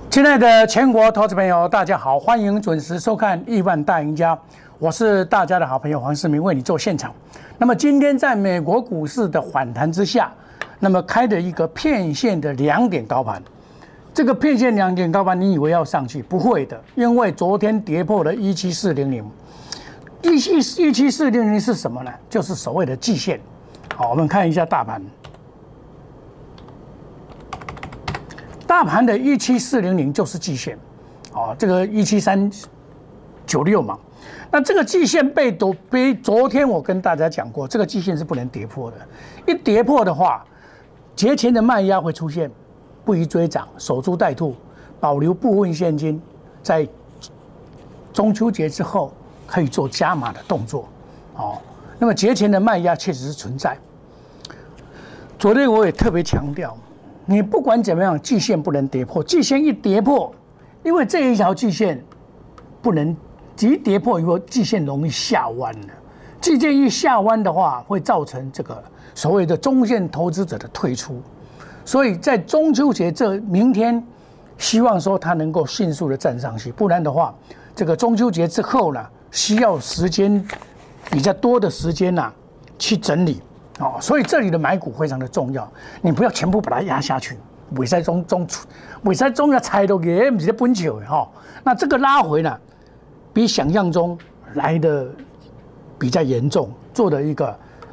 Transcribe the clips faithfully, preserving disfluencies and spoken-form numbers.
亲爱的全国投资朋友，大家好，欢迎准时收看《亿万大赢家》，我是大家的好朋友黄世明，为你做现场。那么今天在美国股市的反弹之下，那么开的一个片线的两点高盘，这个片线两点高盘，你以为要上去？不会的，因为昨天跌破了一七四零零，一七一七四零零是什么呢？就是所谓的季线。好，我们看一下大盘。大盘的一七四零零就是季线，哦，这个一七三九六嘛，那这个季线被昨被昨天我跟大家讲过，这个季线是不能跌破的，一跌破的话，节前的卖压会出现，不宜追涨，守株待兔，保留部分现金，在中秋节之后可以做加码的动作，哦，那么节前的卖压确实是存在，昨天我也特别强调。你不管怎么样，季线不能跌破。季线一跌破，因为这一条季线不能一跌破以后，季线容易下弯了。季线一下弯的话，会造成这个所谓的中线投资者的退出。所以在中秋节这明天，希望说它能够迅速的站上去，不然的话，这个中秋节之后呢，需要时间比较多的时间呐、啊、去整理。哦，所以这里的买股非常的重要，你不要全部把它压下去，尾赛中中尾赛中的菜都给不是本球哈。那这个拉回呢，比想象中来的比较严重，做的一个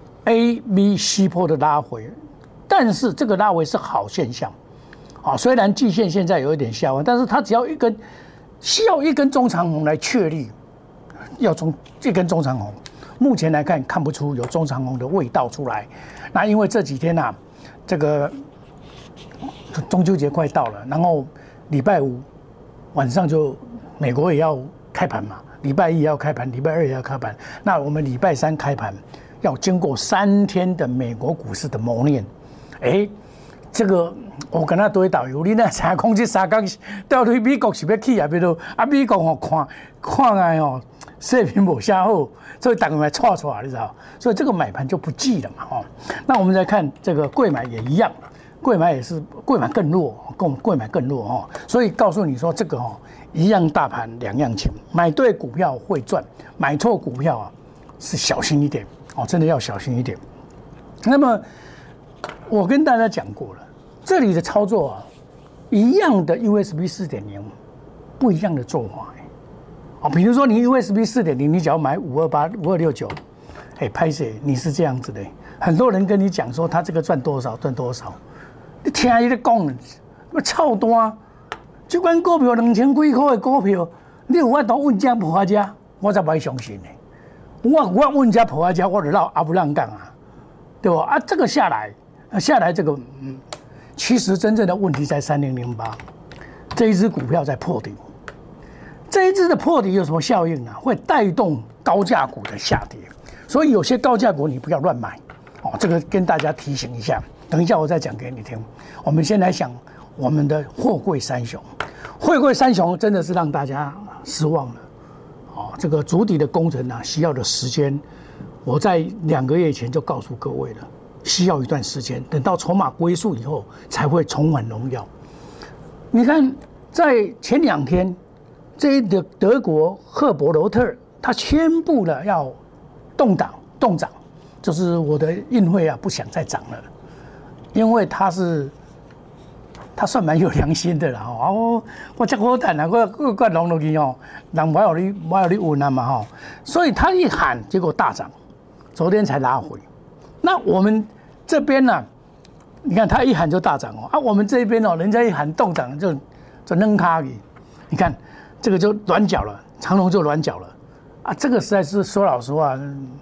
A、B、C 波的拉回，但是这个拉回是好现象，啊，虽然季线现在有一点下弯，但是它只要一根需要一根中长红来确立，要从这根中长红。目前来看，看不出有中长红的味道出来。那因为这几天啊，这个中秋节快到了，然后礼拜五晚上就美国也要开盘嘛，礼拜一也要开盘，礼拜二也要开盘。那我们礼拜三开盘，要经过三天的美国股市的磨练。哎，这个我跟他对导游，你那才讲这三天到底美国是要起啊？比如啊，美国哦看看啊哦。视频无下好，所以大家来错错，你知道？所以这个买盘就不记了嘛，哦。那我们再看这个贵买也一样，贵买也是贵买更弱，贵贵买更弱哦。所以告诉你说，这个哦一样大盘两样情，买对股票会赚，买错股票啊是小心一点哦，真的要小心一点。那么我跟大家讲过了，这里的操作啊，一样的 U S B 四点零，不一样的做法。哦，比如说你 U S B 四点零，你只要买五二八、五二六九，哎，拍谁？你是这样子的，很多人跟你讲说他这个赚多少，赚多少，你听伊咧讲，那操蛋！这款股票两千几块的股票，你有法度问价破啊价，我才不相信呢。我我问价破啊价，我就绕阿不让杠啊，对吧？啊，这个下来，下来这个，嗯，其实真正的问题在三零零八，这一只股票在破底。这一支的破底有什么效应呢？会带动高价股的下跌，所以有些高价股你不要乱买哦。这个跟大家提醒一下，等一下我再讲给你听。我们先来想我们的货柜三雄，货柜三雄真的是让大家失望了哦。这个筑底的工程啊，需要的时间，我在两个月前就告诉各位了，需要一段时间，等到筹码归宿以后才会重返荣耀。你看，在前两天。这一德德国赫伯罗特，他宣布了要动档动涨，就是我的运费啊不想再涨了，因为他是他算蛮有良心的啦哦，我我这好谈啊，我我我弄落去哦，人我有你我有你问啊嘛哈，所以他一喊，结果大涨，昨天才拉回。那我们这边呢、啊，你看他一喊就大涨哦，啊，我们这边哦，人家一喊动涨就就扔卡去，你看。这个就软脚了，长荣就软脚了，啊，这个实在是说老实话，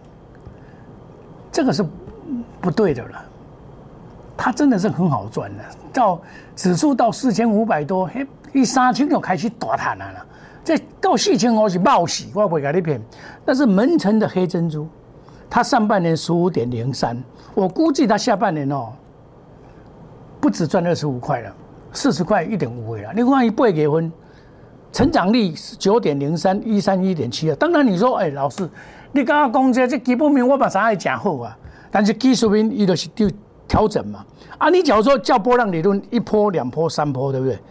这个是不对的了。它真的是很好赚的，到指数到四千五百多，嘿，一三千就开始大谈了啦。这到四千五是冒死，我不会给你骗。但是门城的黑珍珠，它上半年十五点零三，我估计它下半年哦，不止赚二十五块了，四十块一点五倍了。你看一八月份。成长率是九点零三，一三一点七啊。当然你说，哎、欸，老师，你刚刚讲这这基本面我把啥也讲好啊，但是技术面伊就是调调整嘛。啊，你假如说叫波浪理论，一波、两波、三波，对不对？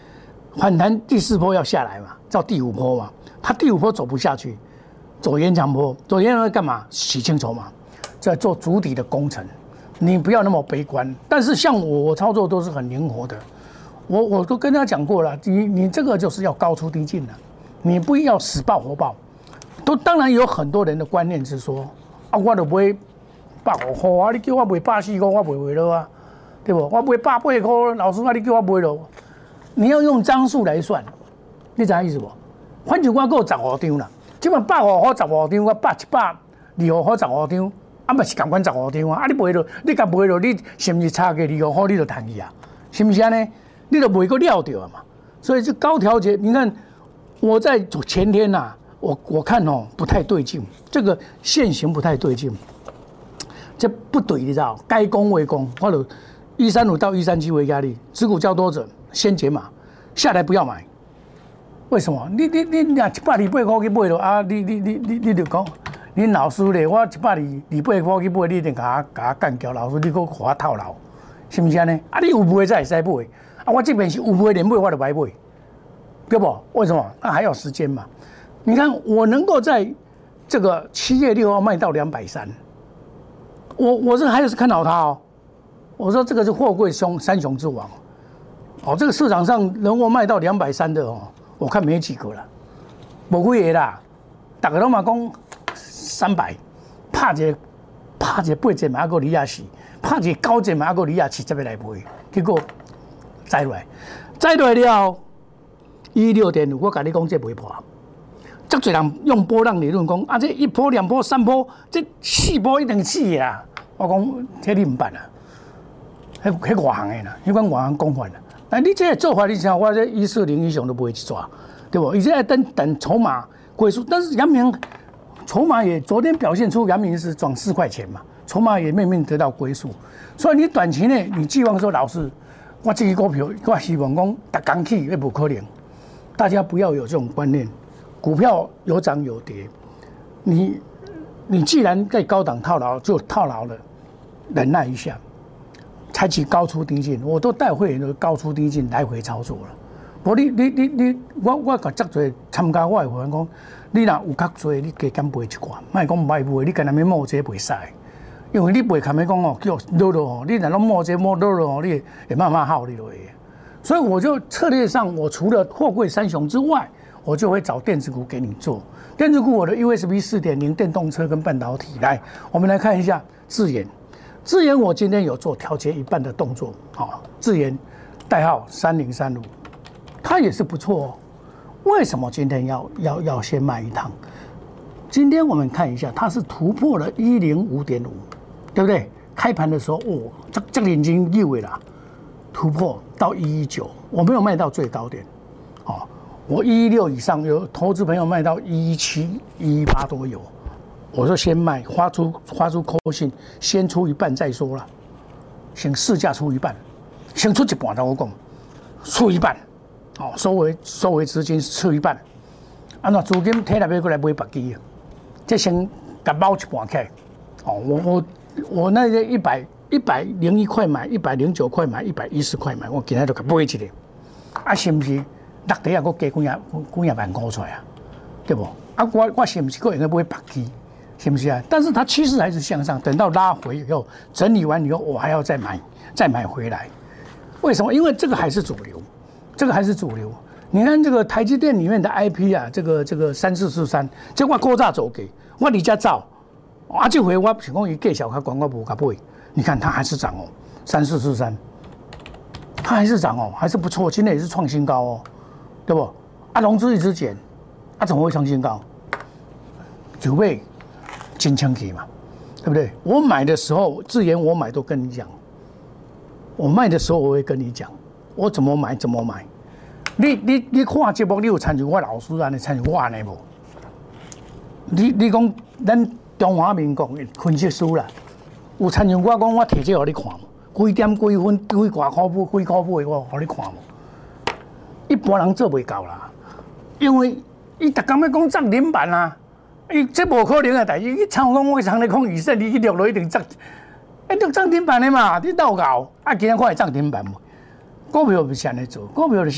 反弹第四波要下来嘛，到第五波嘛，它第五波走不下去，走延长波，走延长波干嘛？洗清筹码，在做主底的工程。你不要那么悲观，但是像我，我操作都是很灵活的。我我都跟他讲过了，你你这个就是要高出低进了，你不要死抱活抱。都当然有很多人的观念是说，啊，我就买百五块啊，你叫我买百四块，我买不了啊，对不？我买百八块，老师啊，你叫我买了。你要用张数来算，你知影意思不？反正我还有十五张啦，即嘛百五块十五张，我百一百二五块十五张，啊嘛是共款十五张啊。啊，你买了，你甲买了，你是不是差个二五块你就赚去啊？是不是安尼？你就袂个料掉嘛。所以这高调节，你看我在前天呐、啊，我我看哦不太对劲，这个线型不太对劲，这不对，你知道？该攻未攻，或者一三五到一三七为压力，持股较多者。先解码，下来不要买。为什么？你你你俩一百二八块去买了啊？你你你你你就讲，你老师咧，我一百二二八块去买，你一定甲我甲我干掉。老师，你搁互我套牢，是不是安尼？啊，你有买才会使买，啊，我这边是有买连买我就白买，对不？为什么？那还有时间嘛。你看我能够在这个七月六号卖到两百三，我我这还是看好它哦。我说这个是货柜兄三雄之王。哦，这个市场上能够卖到两百三的哦，我看没几个了，无几个啦。大家拢嘛讲三百，拍一个拍一个八折嘛，还个你也是，拍一个九折嘛，还个你也是，这边来买，结果栽落来，栽落来了，一六点五，我跟你讲这袂破。足侪人用波浪理论讲，啊，这一波、两波、三波，这四波一定死啊！我讲，这你唔办啊，迄迄外行的啦，迄款外行讲法啦。哎，你这个做法，你像我这一四零以上都不会去抓，对不？你现在等等筹码归属，但是阳明筹码也昨天表现出阳明是涨四块钱嘛，筹码也慢慢得到归属，所以你短期内你寄望说老师，我这个股票我希望讲逐工起也不可能，大家不要有这种观念，股票有涨有跌，你你既然在高档套牢就套牢了，忍耐一下。采取高出低进，我都带会员的高出低进来回操作了。无你你你你，我我甲足侪参加我的会员讲，你若有较侪，你加减买一寡，莫讲买买，你干那要摸这袂使，因为你袂看要讲哦，叫落落哦，你若拢摸这摸落落哦，你会慢慢耗你落去。所以我就策略上，我除了货柜三雄之外，我就会找电子股给你做。电子股我的 U S B 四点零电动车跟半导体，来，我们来看一下智研。智研我今天有做调节一半的动作，好，智研代号三零三五，它也是不错哦。为什么今天要要要先卖一趟？今天我们看一下，它是突破了一零五点五，对不对？开盘的时候，哦，这这已经意味了突破到一一九，我没有卖到最高点，哦，我一一六以上，有投资朋友卖到一一七、一一八都有。我说先卖，发出发出扣信，先出一半再说啦，先市价出一半，先出一半才我讲，出一半，哦，收回收回资金出一半，按照资金摕来要过来买白机啊，这先甲包一半起来，哦，我我我那个一百一百零一块买，一百零九块买，一百一十块买，我今天就甲买一个，啊是不是？落地啊，我加几啊几啊万块出来啊，对不？啊我我是不是个用去买白机？是不是啊？但是它趋势还是向上，等到拉回以后整理完以后，我还要再买，再买回来。为什么？因为这个还是主流，这个还是主流。你看这个台积电里面的 I P 啊，这个这个三四四三，这我高价走给我离家走，啊这回我想讲伊价小较高，我无甲买。你看它还是涨哦，三四四三，它还是涨哦，还是不错，今天也是创新高哦，对不？啊融资一直减，啊怎么会创新高？九倍。金枪起嘛，对不对？我买的时候，智研我买都跟你讲，我卖的时候我会跟你讲，我怎么买怎么买。你你你看节目，你有参与我老师安尼参与我安尼无？你你讲咱中华民国分析师啦，有参与我讲我摕这互你看无？几点几分几偌块买几块买，我互你看无？一般人做袂到啦，因为伊逐工要讲涨停板啊。伊这无可能的代志，伊常讲我常咧讲以色列，伊落落一定涨，一定涨停板的嘛，你闹搞，啊，今天看会涨停板无？股票不是安尼做，股票就是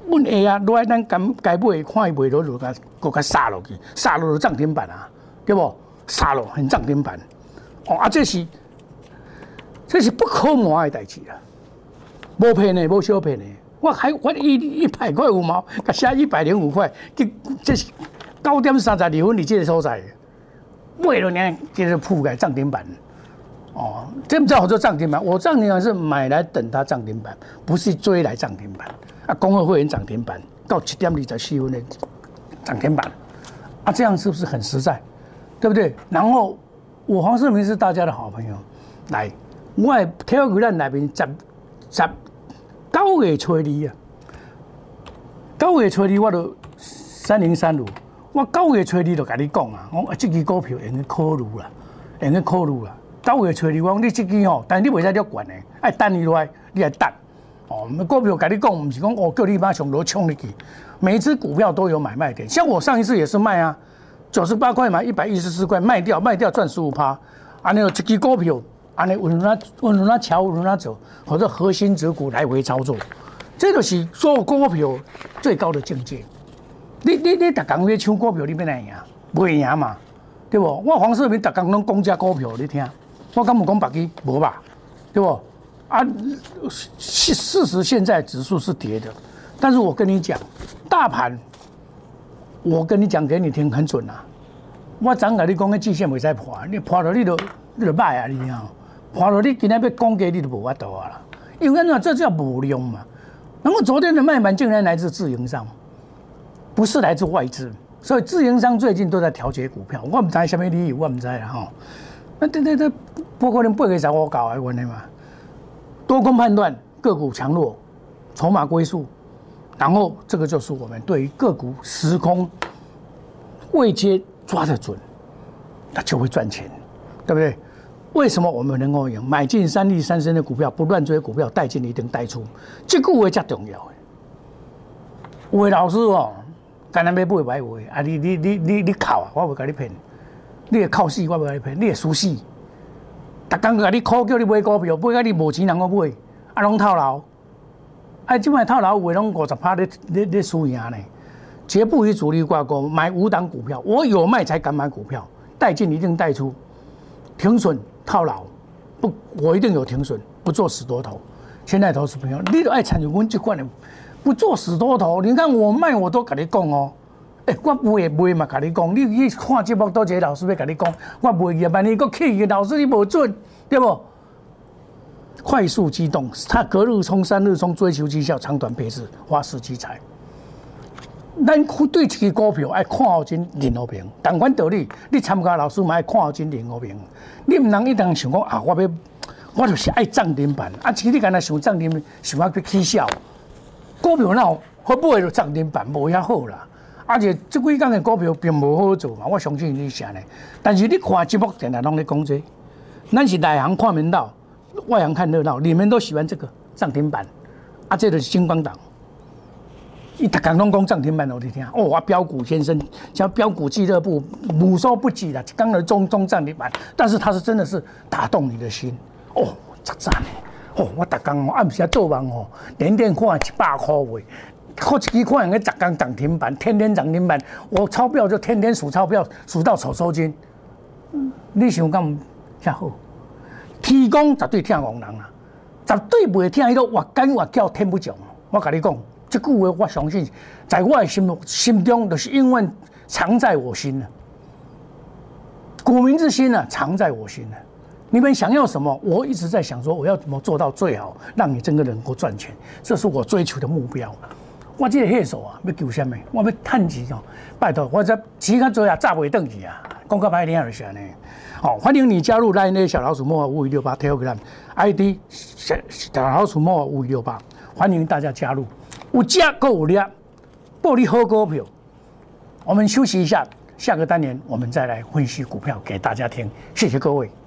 问下啊，落来咱该该买看伊卖落就甲，搁甲杀落去，杀落就涨停板啊，对不？杀落很涨停板。哦啊，这是这是不可磨的代志啊，无骗的，无小骗的。我还我一一百块五毛，甲写一百零五块，这是九点三十二分伫这个所在，买了呢，接着铺个涨停板。哦，这叫做涨停板。我涨停板是买来等它涨停板，不是追来涨停板。啊，恭贺会员涨停板到七点二十四分的涨停板，啊，这样是不是很实在？对不对？然后我黄世明是大家的好朋友，来，我的体育咱内面十十九月初二啊，九月初二我就三零三五，我九月初二就甲你讲啊，我这支股票用去考虑啦，用去考虑啦。九月初二，我讲你这支吼，但你袂使了悬的，爱等伊落来，你来等。哦，股票跟你讲，不是讲我叫你马上落冲入去，每一只股票都有买卖点。像我上一次也是卖啊，九十八块买一百一十四块卖掉，卖掉赚十五趴。安尼有一支股票，安尼稳那稳那桥稳那走，或者核心指股来回操作，这就是所有股票最高的境界。你你你逐工咧抢股票，你要来赢？袂赢嘛，对不？我黄世明逐工拢讲这股票，你听。我敢有讲别支？无吧，对不？啊，事事实现在指数是跌的，但是我跟你讲，大盘，我跟你讲给你听很准啊。我昨甲你讲，个季线袂使破，你破了你就你就歹啊，你听，破了你今天要讲价你就无法度啊啦。因为那这叫无量嘛。然后昨天的卖盘竟然来自自营商，不是来自外资，所以自营商最近都在调节股票。我唔知什么理由，我唔知啦吼。那这这这不可能八个十五搞的问题嘛？多空判断，个股强弱，筹码归宿，然后这个就是我们对于个股时空位阶抓得准，那就会赚钱，对不对？为什么我们能够赢？买进三利三升的股票，不乱追股票，带进一定带出，这句话才重要的。有的老师哦，干那要买买话，啊你你你你你靠啊，我袂甲你骗。你会靠死，我袂甲你骗；你会输死。逐工甲你苦叫你买股票，买甲你无钱人个买，啊拢套牢。啊，即摆套牢有诶拢五十趴咧咧咧输赢呢。绝不与主力挂钩，买五档股票，我有卖才敢买股票，带进一定带出，停损套牢，不，我一定有停损，不做死多头。现在投资朋友，你都爱参与阮这款的，不做死多头。你看我卖，我都甲你讲哦。欸、我卖卖嘛，甲你讲，你去看节目，多一个老师要甲你讲，我卖去，万一个气个老师你无准，对不？快速机动，他隔日冲、三日冲，追求绩效，长短配置，花式积财。咱对一支股票爱看好真认好平，同款道理，你参加老师嘛爱看好真认好平。你唔能一定想讲啊，我要我就是爱涨停板，啊，其实你敢若想涨停，想要去起笑，股票哪有好买就涨停板，无遐好啦。而且这几天的股票并无好做嘛，我相信你是安尼。但是你看节目电台拢咧讲这，咱是内行看门道，外行看热闹，你们都喜欢这个涨停板，啊，这就是金光党。伊逐工拢讲涨停板，我你听，哦，我标股先生，像标股俱乐部，无所不及啦，刚的中中涨停板，但是它是真的是打动你的心，哦，真赞诶，哦，我逐工哦暗时做梦哦，连连看一百块位。靠一支看人个十天涨停板，天天涨停板，我钞票就天天数钞票，数到手抽筋。你想敢遐好？天公绝对听憨人啦，绝对袂听迄个越干越叫天不从。我甲你讲，这句话我相信，在我的心心中，就是永远藏在我心了。股民之心啊，藏在我心了。你们想要什么？我一直在想说，我要怎么做到最好，让你真的能够赚钱，这是我追求的目标。我这个黑手啊，要求什么？我要趁钱哦！拜托，我这钱较多啊，早袂转去啊！讲到歹听就是安尼。好，欢迎你加入咱的小老鼠莫五五六八 Telegram I D 小小老鼠莫五五六八，欢迎大家加入。有价够有量，报你好股票。我们休息一下，下个单元我们再来分析股票给大家听。谢谢各位。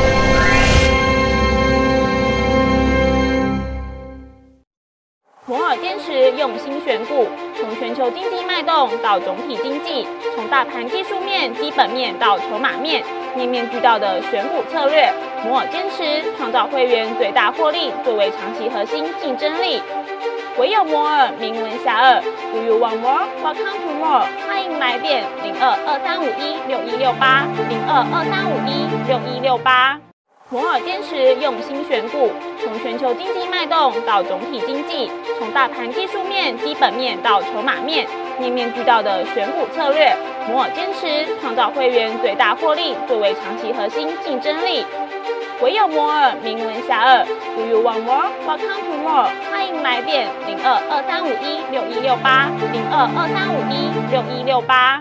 摩尔尔坚持用心选股，从全球经济脉动到总体经济，从大盘技术面、基本面到筹码面，面面俱到的选股策略。摩尔坚持创造会员最大获利作为长期核心竞争力。唯有摩尔名闻遐迩。Do you want more? Welcome to more。欢迎来电零二二三五一六一六八零二二三五一六一六八。摩尔坚持用心选股，从全球经济脉动到总体经济，从大盘技术面、基本面到筹码面，面面俱到的选股策略。摩尔坚持创造会员最大获利作为长期核心竞争力。唯有摩尔名闻遐迩。Do you want more? Welcome to more。欢迎来电零二二三五一六一六八零二二三五一六一六八。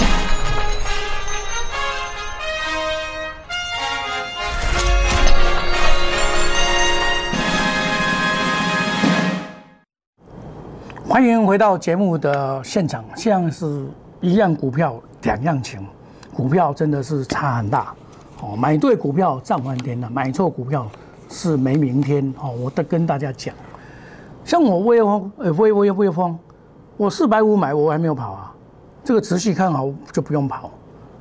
欢迎回到节目的现场，现在是一样股票两样情，股票真的是差很大。哦，买对股票涨翻天了，买错股票是没明天。哦，我得跟大家讲，像我微风，呃，微微微风，我四百五买，我还没有跑啊。这个持续看好就不用跑。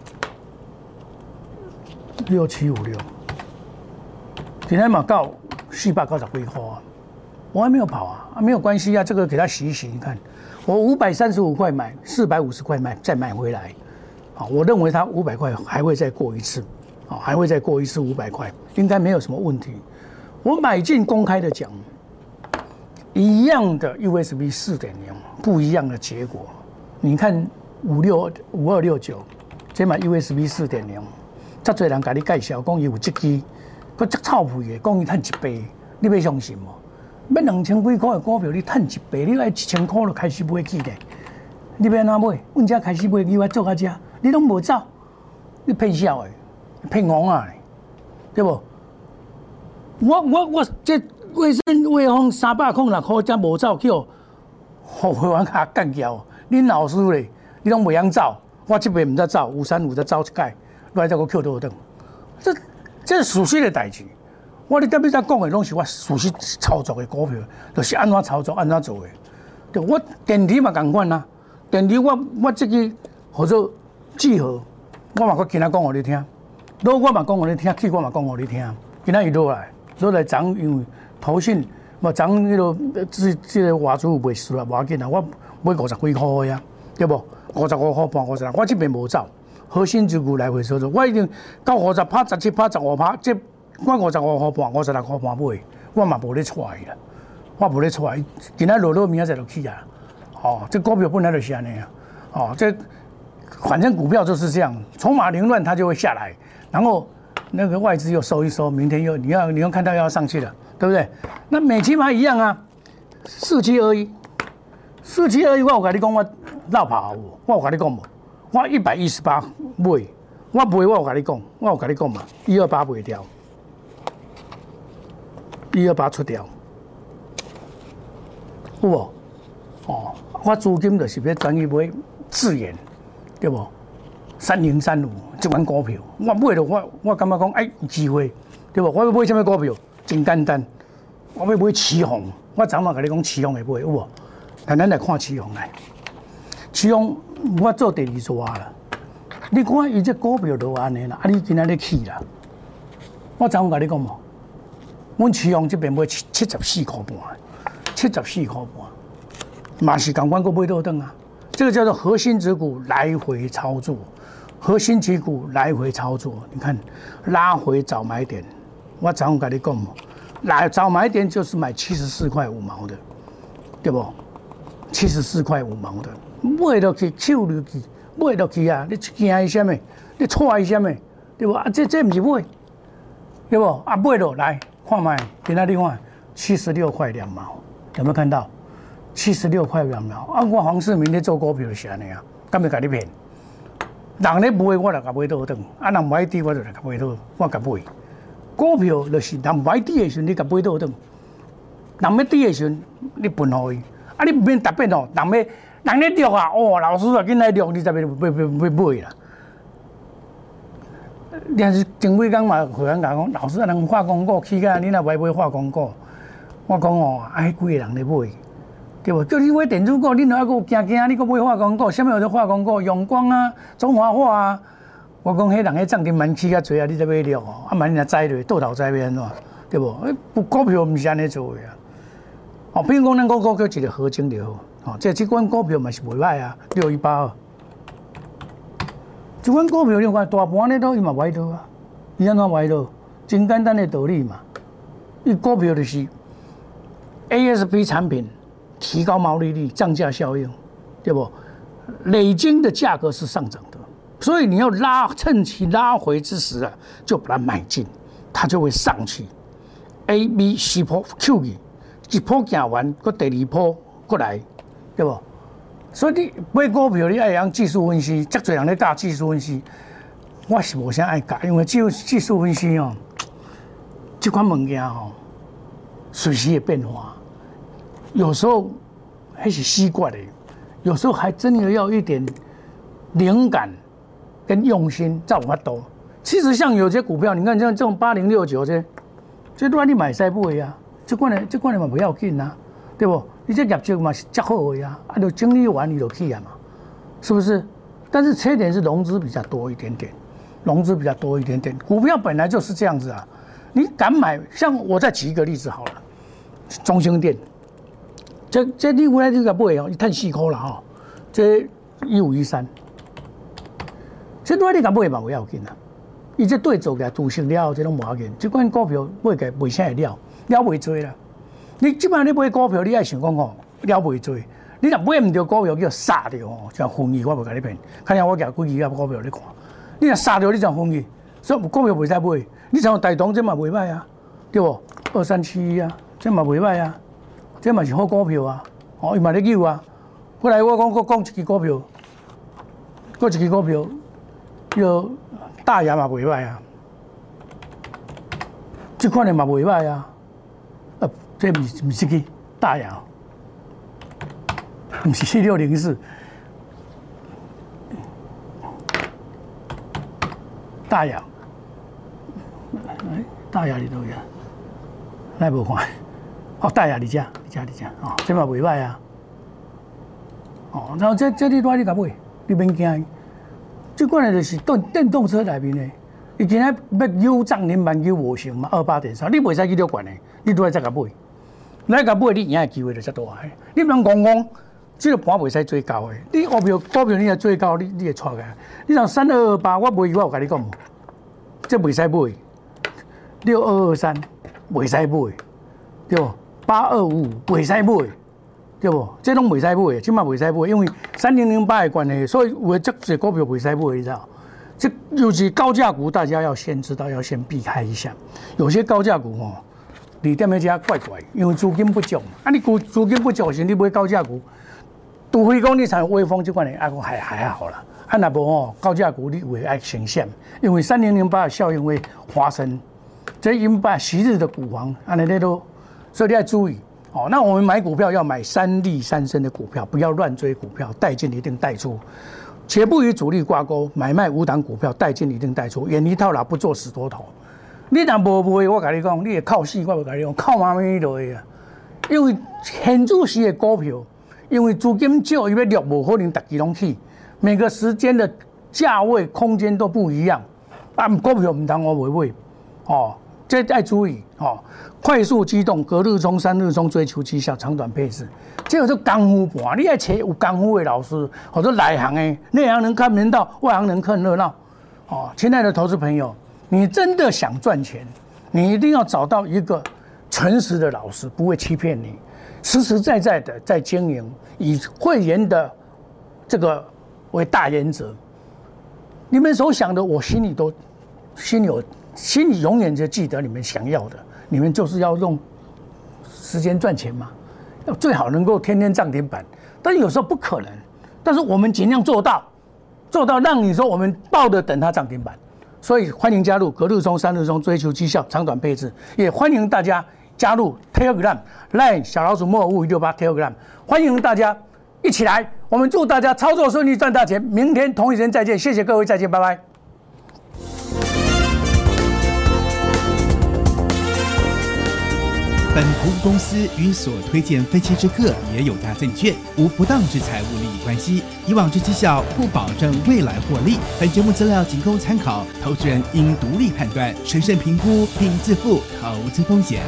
六七五六，今天嘛到四百九十几块啊，我还没有跑啊，啊没有关系啊，这个给它洗一洗，你看，我五百三十五块买，四百五十块卖，再买回来。好，我认为它五百块还会再过一次。好，还会再过一次五百块，应该没有什么问题。我买进公开的讲，一样的 U S B 四点零，不一样的结果。你看五六五二六九，这买 U S B 四点零，遮侪人甲你介绍，讲伊有这支，佮足臭屁的，讲伊赚一倍，你要相信无？要两千几块的股票，你赚一倍，你爱一千块就开始买起咧。你要安怎买？阮遮开始买，你要做到遮，你拢无走，你骗笑的。骗戇啊，对不？我我我这卫生卫风三百空六块，才无走去，互会员卡干掉。恁老师咧，你拢袂晓走，我这边唔得走，五三五再走一届，来再个扣倒转。这这是熟悉的代志。我咧踮你在讲的拢是我熟悉操作的股票，就是安怎操作安怎做的。对，我电梯嘛共款啊，电梯我我这个或者记号，我嘛佮今仔讲互你听。落我嘛讲互你听，起我嘛讲互你听。今仔伊落来，落来涨，因为投信嘛涨迄落，这这个外资有卖输啦，无要紧啊。我买五十几块呀，对不？五十五块半，五十，我这边无走，核心持股来回操作。我已经到五十趴、十七趴、十五趴，这我五十五块半、五十六块半买，我嘛无咧出来啦，我无咧出来。今仔落落，明仔再落去啊。哦，这股票本来就是安尼啊。哦，这反正股票就是这样，筹码凌乱它就会下来。然后那个外资又收一收，明天又你要你要看到要上去了，对不对？那美期嘛一样啊，四七二一，四七二一，我有跟你讲我绕跑有，我有跟你讲无？我一百一十八买，我卖我有跟你讲，我有跟你讲嘛，一二八卖掉，一二八出掉，有无？哦，我资金就是要转去买智研，对不？三零三五这款股票，我买了我我感觉讲哎有机会，对不？我要买什么股票？真简单，我要买奇宏。我昨晚跟你讲奇宏会买有无？但咱来看奇宏来，奇宏我做第二抓啦。你看伊这股票都安尼啦，啊你今仔日起啦。我昨晚跟你讲无，阮奇宏这边买七七十四块半，七十四块半，嘛是共款个买倒转啊。这个叫做核心持股来回操作。核心持股来回操作，你看拉回找买点，我早上跟你讲，来找买点就是买七十四块五毛的，对不？七十四块五毛的，买落去手入去，买落去啊！你惊伊什么？你错伊什么？对不？啊，这这不是买，对不？啊，买落来看卖，今仔你看七十六块两毛，有没有看到？七十六块两毛啊！我黄世明咧做股票是安尼啊，敢会甲你骗？人咧买，我就甲买倒转；啊，人买低，我就来甲买倒，我甲买。股票就是人买低的时阵，你甲买倒转；人要低的时阵，你分互伊。啊，你唔免特别哦，人要人咧录啊，哦，老师啊，紧来录，你才要要要要买啦。但是前几天嘛，会员甲讲，老师啊，人画广告起价，你若买买画广告，我讲哦，啊，迄几个人咧买， 对不？叫你买电子股，你还佫惊惊，你佫买化工股，什么叫化工股？永光啊，中华化啊。我讲，迄人迄涨停板起较侪啊，你才买了哦。啊，万一若栽落，倒头栽要安怎？对不？不股票毋是安尼做的啊。哦，比如讲，咱股股叫一个合情就好。哦，这这款股票嘛是袂歹啊，六一八二。这款股票你看大盘咧都伊嘛歪倒啊，伊安怎歪倒？真简单的道理嘛。伊股票就是 A S P 产品。提高毛利率，降价效应，对不？累积的价格是上涨的，所以你要拉，趁其拉回之时啊，就把它买进，它就会上去。A、B、C 波 Q 去，一波行完，搁第二波过来，对不？所以你买股票，你爱用技术分析，遮侪人咧教技术分析，我是无啥爱教，因为技技术分析哦，这款物件哦，随时会变化。有时候还是习惯的，有时候还真的要一点灵感跟用心才有法度。其实像有些股票，你看像这种八零六九这，这都让你买塞不为啊，这款的这款的嘛不要紧啊，对不？你这业绩嘛是较好的啊，啊就经历完你就去啊嘛，是不是？但是缺点是融资比较多一点点，融资比较多一点点。股票本来就是这样子啊，你敢买？像我再举一个例子好了，中兴电。这这你回来你甲买哦，伊赚四块啦吼。这一五一三，这多你甲买嘛不要紧啊。伊这对做起来主升了后，这拢无要紧。这款股票买起袂啥会了，了袂多啦。你基本上你买股票，你爱想讲吼，了袂多。你若买唔到股票，叫杀掉哦，像分析我无甲你骗。看下我举几支啊股票你看，你若杀掉你就分析，所以股票袂使买。你像大同这嘛袂歹啊，对不？二三七一啊，这嘛袂歹啊。这嘛是好股票啊，哦，伊嘛咧救啊。后来我讲，我讲一支股票，搁一支股票，叫大亚嘛袂歹啊，这款的嘛袂歹啊。啊，这毋是毋是个大亚，毋是七六零四，大亚，哎，大亚里头有，来无看。哦，大亚你家，你家，你家，哦，这嘛袂歹啊。哦，然后这这你多你甲买，你免惊。这款的就是电电动车内面的，伊今仔要扭涨停板扭无成嘛，二八点三，你袂使去了管的，你都来再甲买，来甲买你赢的机会就遮大个。你不能讲讲，这个盘袂使追高的，你股票股票你若追高，你你会错个。你像三二二八，我卖我有甲你讲，这袂使买。六二二三袂使买，对不？八二五五袂使买，对不？这拢袂使买，即嘛袂使买，因为三零零八的关系，所以有的这些股票袂使买，你知道？这尤其高价股，大家要先知道，要先避开一下。有些高价股哦，你踮咧遮怪怪，因为资金不足。啊，你股资金不足时，你买高价股，除非讲你像微风这款的，啊，还还好啦。啊，若无哦，高价股你会爱呈现，因为三零零八的效应会发生，这引发昔日的股王，安尼咧都。所以你要注意哦。那我们买股票要买三利三升的股票，不要乱追股票，带进一定带出，且不与主力挂钩。买卖无档股票，带进一定带出，远离套牢，不做死多头。你若无卖，我跟你讲，你会靠死，我会跟你讲，靠妈咪落去啊！因为现主时的股票，因为资金少，伊要落无可能逐支拢去，每个时间的价位空间都不一样。啊，股票唔通我袂买哦。这要注意哦，快速机动、隔日冲、三日冲，追求绩效、长短配置，这个是功夫盘。你要找有功夫的老师，或者内行的，内行人看门道，外行人看热闹。哦，亲爱的投资朋友，你真的想赚钱，你一定要找到一个诚实的老师，不会欺骗你，实实在在的在经营，以会员的这个为大原则。你们所想的，我心里都心里有。心里永远就记得你们想要的，你们就是要用时间赚钱嘛，要最好能够天天涨停板，但是有时候不可能，但是我们尽量做到，做到让你说我们抱着等它涨停板，所以欢迎加入隔日冲、三日冲，追求绩效、长短配置，也欢迎大家加入 Telegram Line 小老鼠莫五五六八 Telegram， 欢迎大家一起来，我们祝大家操作顺利，赚大钱，明天同一时间再见，谢谢各位，再见，拜拜。 本投顾公司与所推荐分析之个别有价证券无不当之财务利益关系，以往之绩效不保证未来获利。本节目资料仅供参考，投资人应独立判断、审慎评估并自负投资风险。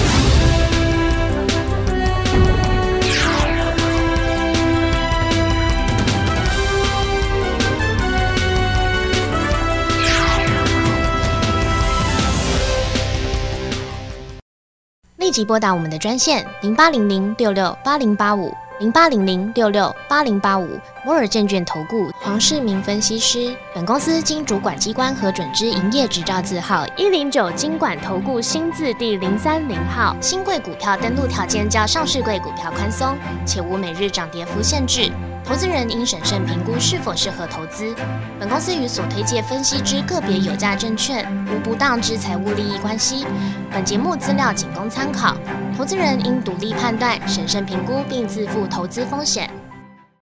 立即拨打我们的专线零八零零六六八零八五零八零零六六八零八五摩尔证券投顾黄世明分析师。本公司经主管机关核准之营业执照字号一零九金管投顾新字第零三零号。新贵股票登录条件较上市贵股票宽松，且无每日涨跌幅限制。投资人应审慎评估是否适合投资。本公司与所推介分析之个别有价证券无不当之财务利益关系。本节目资料仅供参考，投资人应独立判断、审慎评估并自负投资风险。